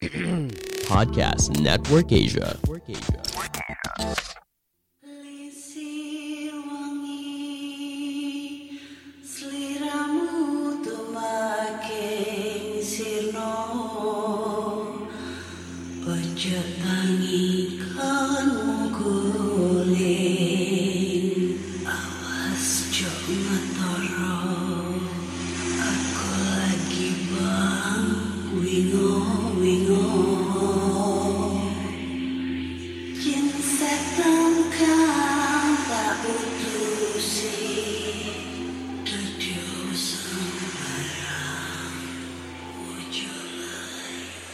Podcast Network Asia. Lisir wangi, seliramu tumaking sirno, ojo tangi kanmu guling, awas jo ngetoro, aku lagi bang wingo. Yen setan kang tak putusi, dadi sembarang ojo layu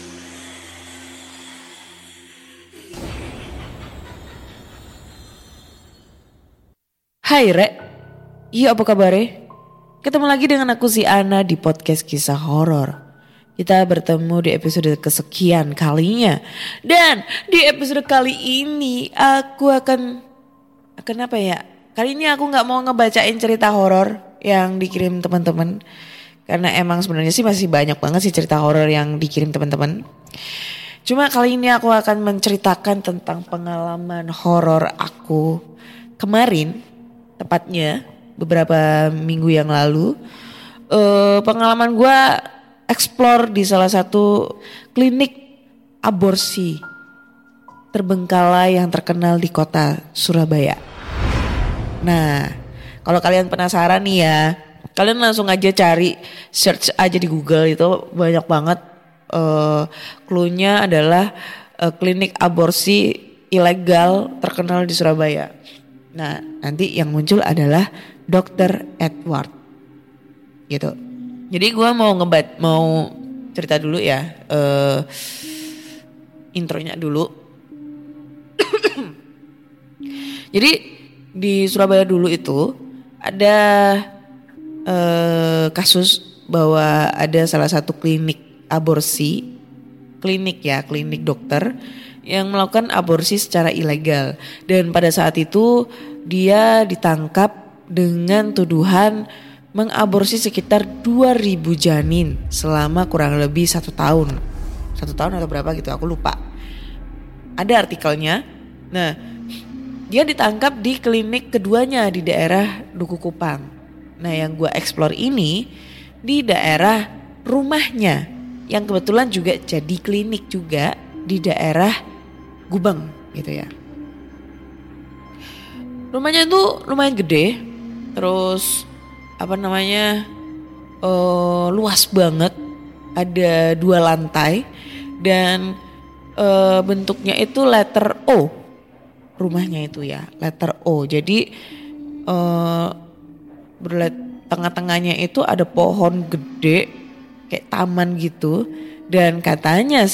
Hai Rek, iya apa kabar? Ketemu lagi dengan aku si Ana di podcast kisah horor. Kita bertemu di episode kesekian kalinya. Dan di episode kali ini aku akan apa ya? Kali ini aku gak mau ngebacain cerita horor yang dikirim teman-teman. Karena emang sebenarnya sih masih banyak banget sih cerita horor yang dikirim teman-teman. Cuma kali ini aku akan menceritakan tentang pengalaman horor aku kemarin, tepatnya beberapa minggu yang lalu. Pengalaman gue explore di salah satu klinik aborsi terbengkalai yang terkenal di kota Surabaya. Nah, kalau kalian penasaran nih ya, kalian langsung aja cari, search aja di Google, itu banyak banget. Clue-nya adalah klinik aborsi ilegal terkenal di Surabaya. Nah, nanti yang muncul adalah Dr. Edward gitu. Jadi gue mau cerita dulu ya, intronya dulu. Jadi di Surabaya dulu itu ada kasus bahwa ada salah satu klinik aborsi, klinik dokter yang melakukan aborsi secara ilegal. Dan pada saat itu dia ditangkap dengan tuduhan mengaborsi sekitar 2.000 janin selama kurang lebih 1 tahun. 1 tahun atau berapa gitu, aku lupa. Ada artikelnya. Nah, dia ditangkap di klinik keduanya di daerah Duku Kupang. Nah, yang gue explore ini di daerah rumahnya, yang kebetulan juga jadi klinik juga di daerah Gubeng gitu ya. Rumahnya itu lumayan gede, terus luas banget, ada 2 lantai dan bentuknya itu letter O, rumahnya itu ya, letter O. Jadi tengah-tengahnya itu ada pohon gede kayak taman gitu. Dan katanya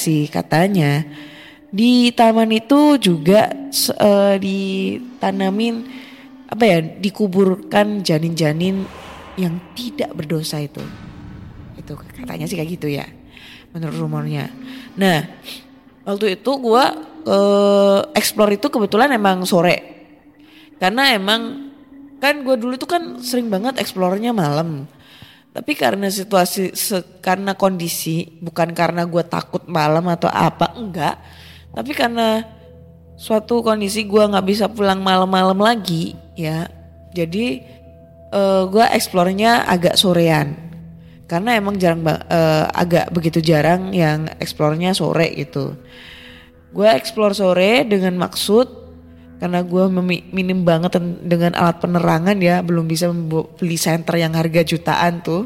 di taman itu juga ditanamin dikuburkan janin-janin yang tidak berdosa itu katanya sih kayak gitu ya, menurut rumornya. Nah, waktu itu gue explore itu kebetulan emang sore, karena emang kan gue dulu tuh kan sering banget explore-nya malam. Tapi karena karena kondisi, bukan karena gue takut malam atau apa, enggak. Tapi karena suatu kondisi gue gak bisa pulang malam-malam lagi ya. Jadi gue explore-nya agak sorean. Karena emang agak begitu jarang yang explore-nya sore gitu. Gue explore sore dengan maksud, karena gue minim banget dengan alat penerangan ya. Belum bisa beli senter yang harga jutaan tuh.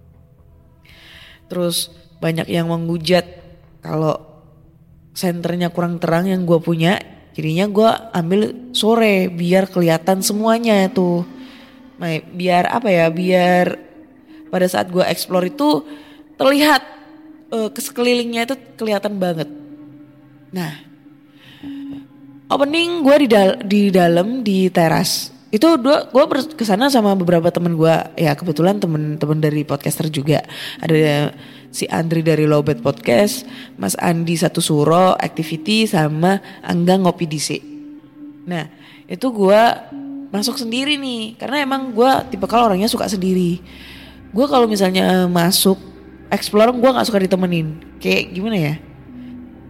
Terus banyak yang menghujat kalau senternya kurang terang yang gue punya. Jadinya gue ambil sore biar kelihatan semuanya tuh. Biar pada saat gue explore itu terlihat sekelilingnya itu kelihatan banget. Nah, opening gue di dalam di teras. Itu gue kesana sama beberapa temen gue. Ya kebetulan temen dari podcaster juga. Ada si Andri dari Lowbat Podcast, Mas Andi Satu Suro Activity, sama Angga Ngopi DC. Nah itu gue masuk sendiri nih, karena emang gue tipe kalau orangnya suka sendiri. Gue kalau misalnya masuk explore gue nggak suka ditemenin. Kayak gimana ya?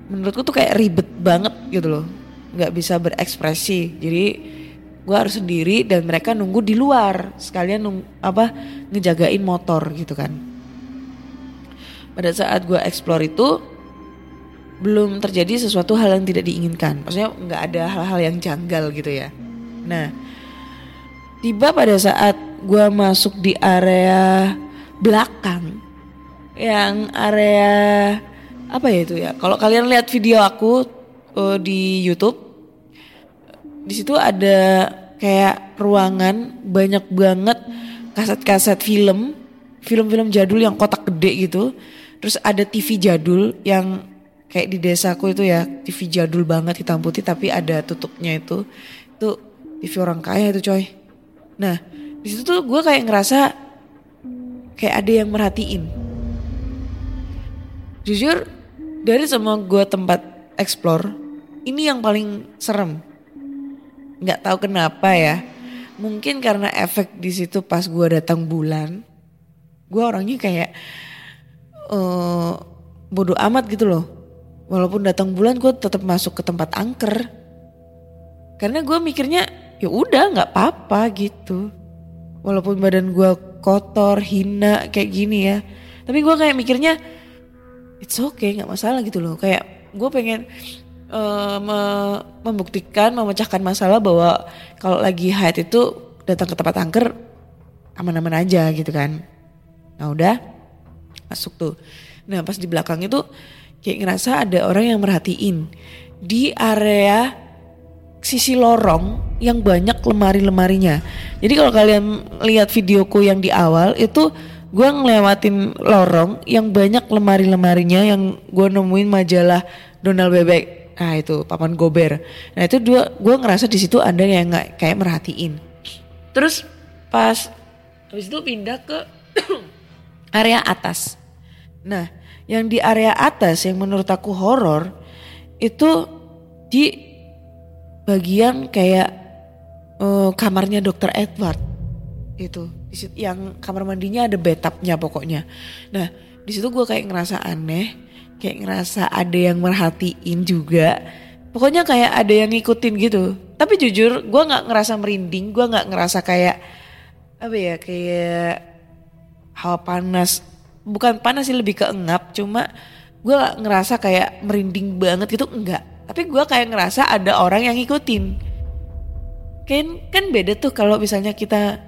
menurutku tuh kayak ribet banget gitu loh, nggak bisa berekspresi. Jadi gue harus sendiri dan mereka nunggu di luar sekalian ngejagain motor gitu kan. Pada saat gue explore itu belum terjadi sesuatu hal yang tidak diinginkan, maksudnya nggak ada hal-hal yang janggal gitu ya. Nah, tiba pada saat gue masuk di area belakang, yang area apa ya itu ya? Kalau kalian lihat video aku di YouTube, di situ ada kayak ruangan banyak banget kaset-kaset film-film jadul yang kotak gede gitu. Terus ada TV jadul yang kayak di desaku itu ya, TV jadul banget hitam putih tapi ada tutupnya itu TV orang kaya itu coy. Nah di situ tuh gue kayak ngerasa kayak ada yang merhatiin. Jujur dari semua gue tempat explore, ini yang paling serem. Nggak tahu kenapa ya, mungkin karena efek di situ pas gue datang bulan, gue orangnya kayak bodoh amat gitu loh. Walaupun datang bulan gue tetap masuk ke tempat angker. Karena gue mikirnya ya udah nggak apa-apa gitu. Walaupun badan gue kotor, hina kayak gini ya. Tapi gue kayak mikirnya it's okay, nggak masalah gitu loh. Kayak gue pengen membuktikan, memecahkan masalah bahwa kalau lagi haid itu datang ke tempat angker aman-aman aja gitu kan. Nah udah masuk tuh. Nah pas di belakang itu kayak ngerasa ada orang yang merhatiin di area sisi lorong yang banyak lemari-lemarinya. Jadi kalau kalian lihat videoku yang di awal itu gue ngelewatin lorong yang banyak lemari-lemarinya yang gue nemuin majalah Donald Bebek. Nah itu papan gober. Nah itu gue ngerasa di situ ada yang nggak kayak merhatiin. Terus pas habis itu pindah ke area atas. Nah yang di area atas yang menurut aku horor itu di bagian kayak kamarnya Dr. Edward itu. Yang kamar mandinya ada bathtubnya pokoknya. Nah di situ gue kayak ngerasa aneh, kayak ngerasa ada yang merhatiin juga. Pokoknya kayak ada yang ngikutin gitu. Tapi jujur gue nggak ngerasa merinding, gue nggak ngerasa kayak apa ya, kayak hawa panas. Bukan panas sih, lebih ke engap. Cuma gue gak ngerasa kayak merinding banget gitu, enggak. Tapi gue kayak ngerasa ada orang yang ngikutin. Kan beda tuh kalau misalnya kita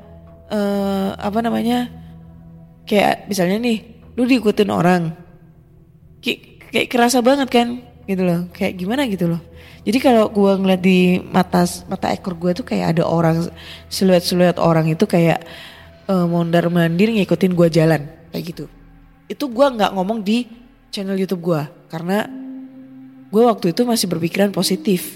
kayak misalnya nih lu diikutin orang, kayak kerasa banget kan gitu loh, kayak gimana gitu loh. Jadi kalau gue ngeliat di mata ekor gue tuh kayak ada orang, siluet orang itu kayak mondar mandir ngikutin gue jalan kayak gitu. Itu gue nggak ngomong di channel YouTube gue karena gue waktu itu masih berpikiran positif.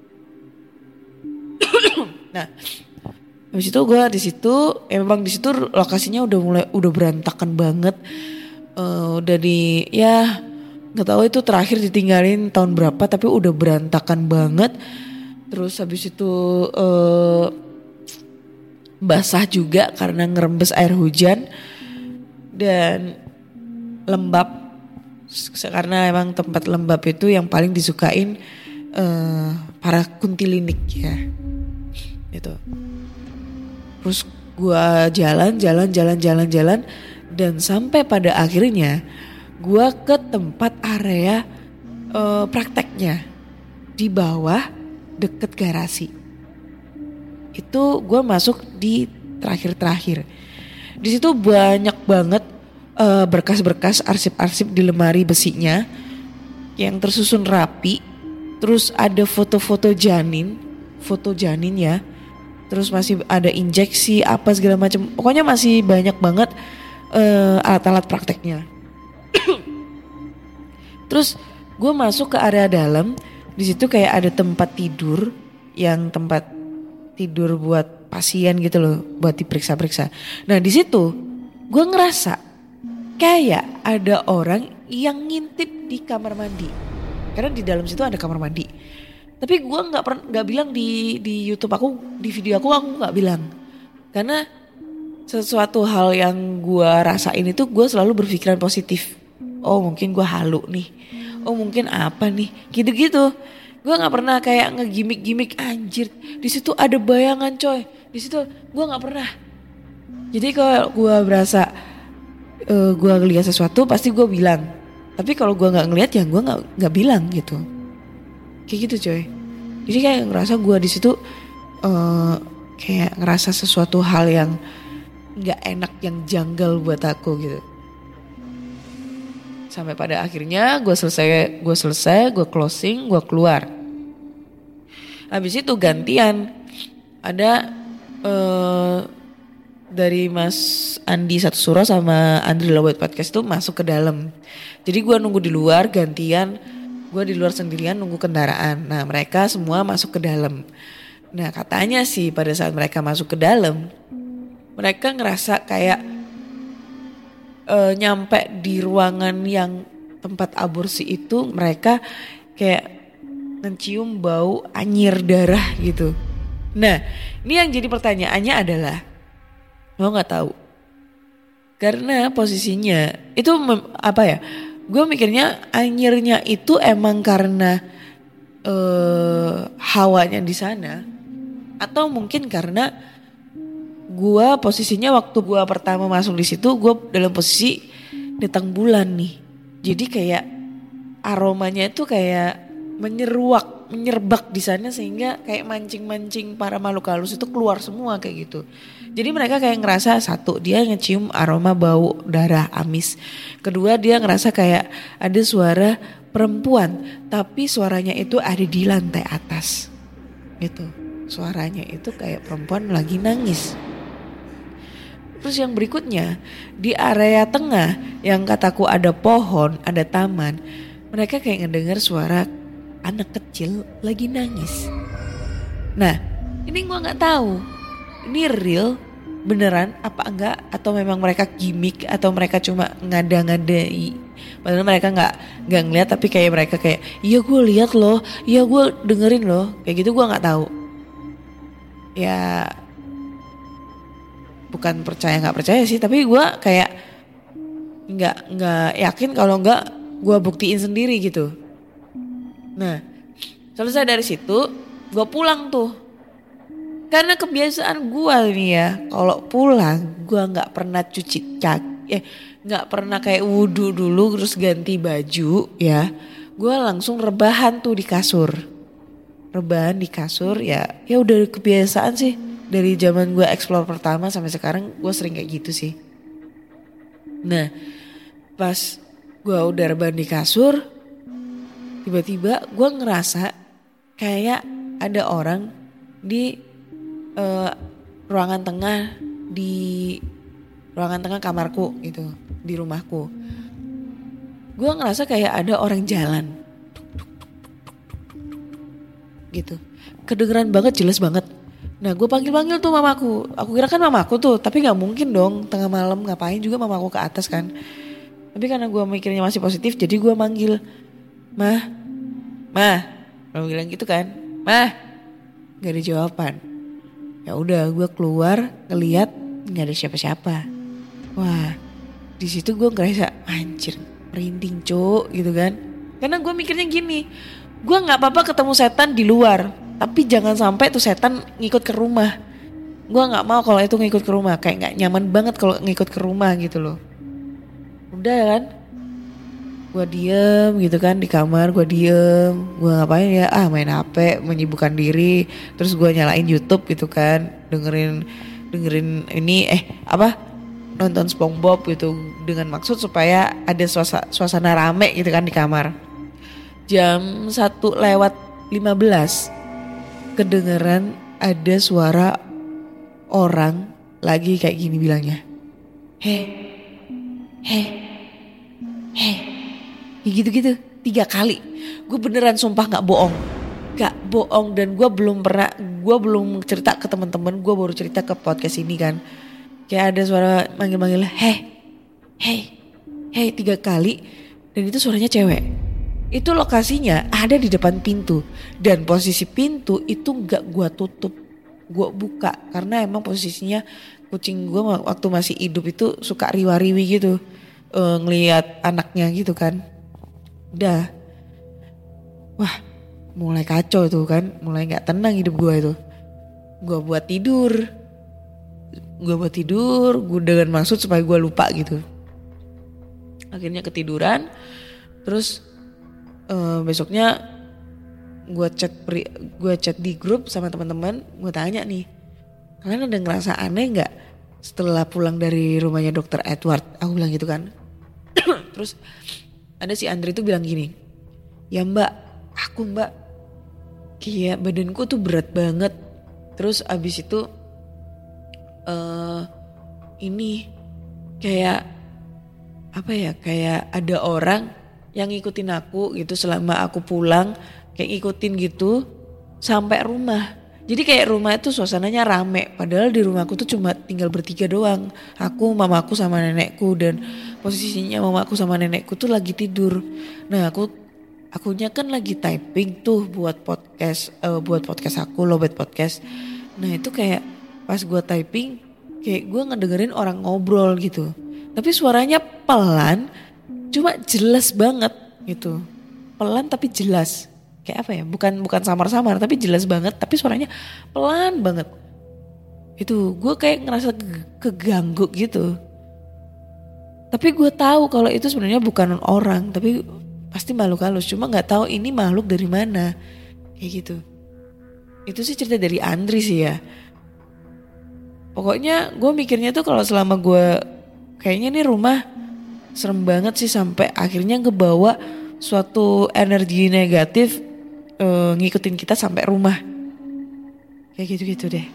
Nah, habis itu gue di situ, emang di situ lokasinya udah berantakan banget, udah nggak tahu itu terakhir ditinggalin tahun berapa, tapi udah berantakan banget. Terus habis itu basah juga karena ngerembes air hujan dan lembab, karena emang tempat lembab itu yang paling disukain para kuntilinik ya gitu. Terus gue jalan dan sampai pada akhirnya gue ke tempat area prakteknya di bawah deket garasi. Itu gue masuk di terakhir. Di situ banyak banget berkas-berkas arsip-arsip di lemari besinya yang tersusun rapi. Terus ada foto janin ya. Terus masih ada injeksi apa segala macam. Pokoknya masih banyak banget alat-alat prakteknya. Terus gue masuk ke area dalam. Di situ kayak ada tempat tidur, yang tempat tidur buat pasien gitu loh, buat diperiksa-periksa. Nah di situ gue ngerasa kayak ada orang yang ngintip di kamar mandi. Karena di dalam situ ada kamar mandi. Tapi gue nggak bilang di YouTube aku, di video aku nggak bilang. Karena sesuatu hal yang gue rasain itu gue selalu berpikiran positif. Oh mungkin gue halu nih. oh mungkin apa nih, gitu-gitu. Gue nggak pernah kayak ngegimik-gimik anjir. Di situ ada bayangan coy. Di situ gue nggak pernah. Jadi kalau gue berasa gue ngeliat sesuatu pasti gue bilang. Tapi kalau gue nggak ngeliat ya gue nggak bilang gitu. Kayak gitu coy. Jadi kayak ngerasa gue di situ kayak ngerasa sesuatu hal yang nggak enak, yang janggal buat aku gitu. Sampai pada akhirnya gue selesai, gue closing, gue keluar. Habis itu gantian ada dari Mas Andi Satu Suro sama Andri Lowet Podcast itu masuk ke dalam. Jadi gue nunggu di luar gantian, gue di luar sendirian nunggu kendaraan. Nah mereka semua masuk ke dalam. Nah katanya sih pada saat mereka masuk ke dalam, mereka ngerasa kayak nyampe di ruangan yang tempat aborsi itu, mereka kayak mencium bau anyir darah gitu. Nah ini yang jadi pertanyaannya adalah, lo nggak tahu karena posisinya itu apa ya? Gue mikirnya anyirnya itu emang karena hawanya di sana, atau mungkin karena gue posisinya waktu gue pertama masuk di situ gue dalam posisi datang bulan nih. Jadi kayak aromanya itu kayak menyerbak di sana sehingga kayak mancing-mancing para makhluk halus itu keluar semua kayak gitu. Jadi mereka kayak ngerasa satu, dia ngecium aroma bau darah amis. Kedua dia ngerasa kayak ada suara perempuan tapi suaranya itu ada di lantai atas gitu. Suaranya itu kayak perempuan lagi nangis. Terus yang berikutnya di area tengah yang kataku ada pohon, ada taman, mereka kayak ngedengar suara anak kecil lagi nangis. Nah ini gua nggak tahu ini real beneran apa enggak, atau memang mereka gimmick, atau mereka cuma ngada-ngadai. Padahal mereka nggak ngeliat tapi kayak mereka kayak iya gue lihat loh, iya gue dengerin loh, kayak gitu. Gua nggak tahu. Ya bukan percaya nggak percaya sih, tapi gue kayak nggak yakin kalau nggak gue buktiin sendiri gitu. Nah selesai dari situ gue pulang tuh, karena kebiasaan gue nih ya, kalau pulang gue nggak pernah cuci kaki, nggak pernah kayak wudhu dulu terus ganti baju ya. Gue langsung rebahan tuh di kasur, rebahan di kasur ya udah kebiasaan sih. Dari zaman gue explore pertama sampai sekarang gue sering kayak gitu sih. Nah pas gue udah rebahan di kasur, tiba-tiba gue ngerasa kayak ada orang di ruangan tengah, di ruangan tengah kamarku gitu, di rumahku. Gue ngerasa kayak ada orang jalan gitu, kedengeran banget, jelas banget. Nah gue panggil tuh mamaku. Aku kira kan mamaku tuh, tapi gak mungkin dong tengah malam, ngapain juga mamaku ke atas kan. Tapi karena gue mikirnya masih positif, jadi gue manggil, Mah, gue bilang gitu kan, Mah, gak ada jawaban. Ya udah gue keluar ngeliat gak ada siapa-siapa. Wah di situ gue ngerasa anjir merinding cuk gitu kan. Karena gue mikirnya gini, gue gak apa-apa ketemu setan di luar, tapi jangan sampai tuh setan ngikut ke rumah. Gue gak mau kalau itu ngikut ke rumah, kayak gak nyaman banget kalau ngikut ke rumah gitu loh. Udah kan, gue diem gitu kan di kamar, gue diem, gue ngapain ya, main HP, menyibukkan diri. Terus gue nyalain YouTube gitu kan, dengerin ini nonton SpongeBob gitu, dengan maksud supaya ada suasana rame gitu kan di kamar. Jam 1:15 kedengeran ada suara orang lagi kayak gini bilangnya, hei, gitu-gitu 3 kali. Gue beneran sumpah gak bohong, dan gue belum cerita ke teman-teman, gue baru cerita ke podcast ini kan. Kayak ada suara manggil-manggil, hei 3 kali, dan itu suaranya cewek. Itu lokasinya ada di depan pintu, dan posisi pintu itu gak gue tutup, gue buka. Karena emang posisinya kucing gue waktu masih hidup itu suka riwa-riwi gitu, ngelihat anaknya gitu kan. Udah Wah, mulai kacau tuh kan, mulai gak tenang hidup gue itu. Gue buat tidur, gue dengan maksud supaya gue lupa gitu. Akhirnya ketiduran, terus besoknya gue chat di grup sama teman-teman, gue tanya nih, kalian ada ngerasa aneh nggak setelah pulang dari rumahnya Dokter Edward? Aku bilang gitu kan. Terus ada si Andri tuh bilang gini, ya mbak, kayak badanku tuh berat banget. Terus abis itu ini kayak apa ya, kayak ada orang yang ngikutin aku gitu selama aku pulang, kayak ngikutin gitu sampai rumah. Jadi kayak rumah itu suasananya rame, padahal di rumahku tuh cuma tinggal bertiga doang. Aku, mamaku sama nenekku, dan posisinya mamaku sama nenekku tuh lagi tidur. Nah akunya kan lagi typing tuh buat podcast aku, Lobet Podcast. Nah itu kayak pas gue typing, kayak gue ngedengerin orang ngobrol gitu. Tapi suaranya pelan, cuma jelas banget gitu. Pelan tapi jelas. Kayak apa ya? Bukan samar-samar, tapi jelas banget. Tapi suaranya pelan banget. Itu gue kayak ngerasa keganggu gitu. Tapi gue tahu kalau itu sebenarnya bukan orang, tapi pasti makhluk halus. Cuma nggak tahu ini makhluk dari mana, kayak gitu. Itu sih cerita dari Andri sih ya. Pokoknya gue mikirnya tuh kalau selama gue kayaknya nih rumah serem banget sih, sampai akhirnya ngebawa suatu energi negatif ngikutin kita sampai rumah. Kayak gitu-gitu deh.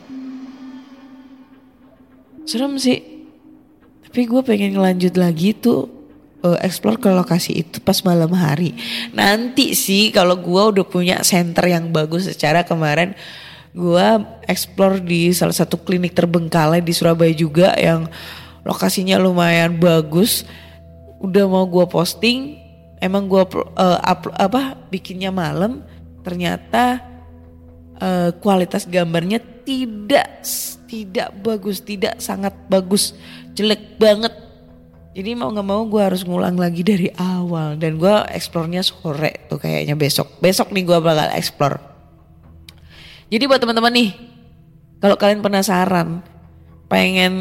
Serem sih. Tapi gue pengen ngelanjut lagi tuh explore ke lokasi itu pas malam hari. Nanti sih kalau gue udah punya center yang bagus. Secara kemarin gue explore di salah satu klinik terbengkalai di Surabaya juga yang lokasinya lumayan bagus. Udah mau gue posting, emang gue bikinnya malam, ternyata kualitas gambarnya tidak bagus, tidak sangat bagus, jelek banget. Jadi mau nggak mau gue harus ngulang lagi dari awal, dan gue eksplornya sore tuh kayaknya besok nih gue bakal eksplor. Jadi buat teman-teman nih, kalau kalian penasaran, pengen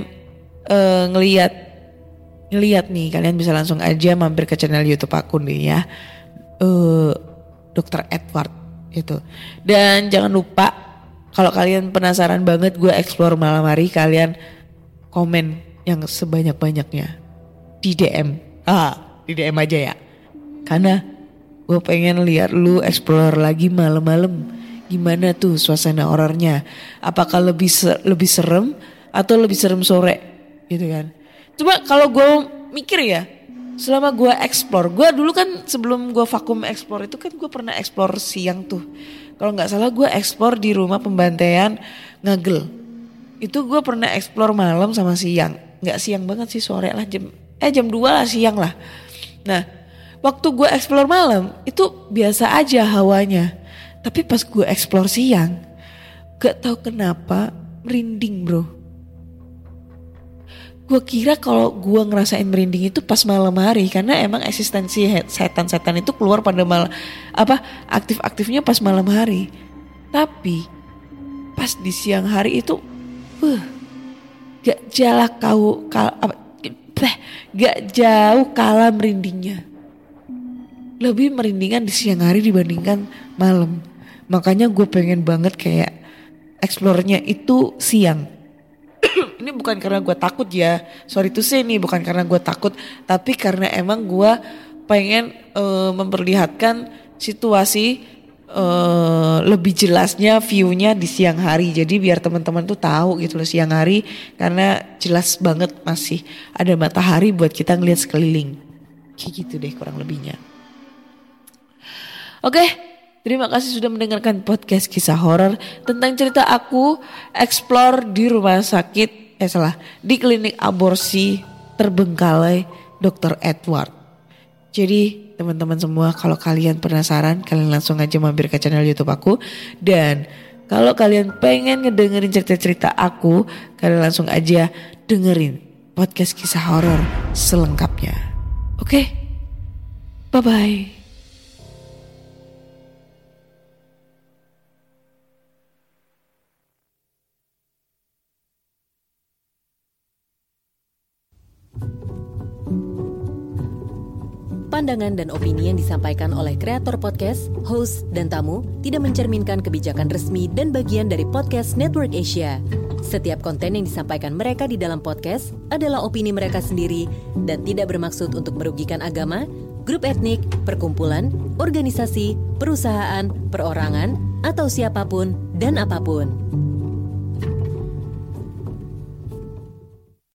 ngeliat nih, kalian bisa langsung aja mampir ke channel YouTube aku nih ya, Dr. Edward itu. Dan jangan lupa kalau kalian penasaran banget gue explore malam hari, kalian komen yang sebanyak-banyaknya di DM. Di DM aja ya. Karena gue pengen lihat lu explore lagi malam-malam. Gimana tuh suasana horornya? Apakah lebih serem atau lebih serem sore gitu kan? Coba kalau gue mikir ya, selama gue explore, gue dulu kan sebelum gue vakum explore itu kan gue pernah explore siang tuh. Kalau nggak salah gue explore di rumah pembantaian Ngagel. Itu gue pernah explore malam sama siang. Nggak siang banget sih, sore lah, jam 2 lah, siang lah. Nah waktu gue explore malam itu biasa aja hawanya. Tapi pas gue explore siang, gak tahu kenapa merinding bro. Gue kira kalau gue ngerasain merinding itu pas malam hari, karena emang eksistensi setan-setan itu keluar pada aktif-aktifnya pas malam hari. Tapi pas di siang hari itu, gak jauh kalah merindingnya. Lebih merindingan di siang hari dibandingkan malam. Makanya gue pengen banget kayak explore-nya itu siang. Ini bukan karena gue takut ya, sorry to say nih, bukan karena gue takut, tapi karena emang gue pengen memperlihatkan situasi lebih jelasnya view-nya di siang hari. Jadi biar teman-teman tuh tahu gitu loh siang hari, karena jelas banget masih ada matahari buat kita ngeliat sekeliling. Kayak gitu deh kurang lebihnya. Oke, terima kasih sudah mendengarkan podcast kisah horor tentang cerita aku explore di di klinik aborsi terbengkalai Dr. Edward. Jadi teman-teman semua, kalau kalian penasaran, kalian langsung aja mampir ke channel YouTube aku. Dan kalau kalian pengen ngedengerin cerita-cerita aku, kalian langsung aja dengerin podcast kisah horor selengkapnya. Oke, bye-bye. Pandangan dan opini yang disampaikan oleh kreator podcast, host, dan tamu tidak mencerminkan kebijakan resmi dan bagian dari podcast Network Asia. Setiap konten yang disampaikan mereka di dalam podcast adalah opini mereka sendiri dan tidak bermaksud untuk merugikan agama, grup etnik, perkumpulan, organisasi, perusahaan, perorangan, atau siapapun dan apapun.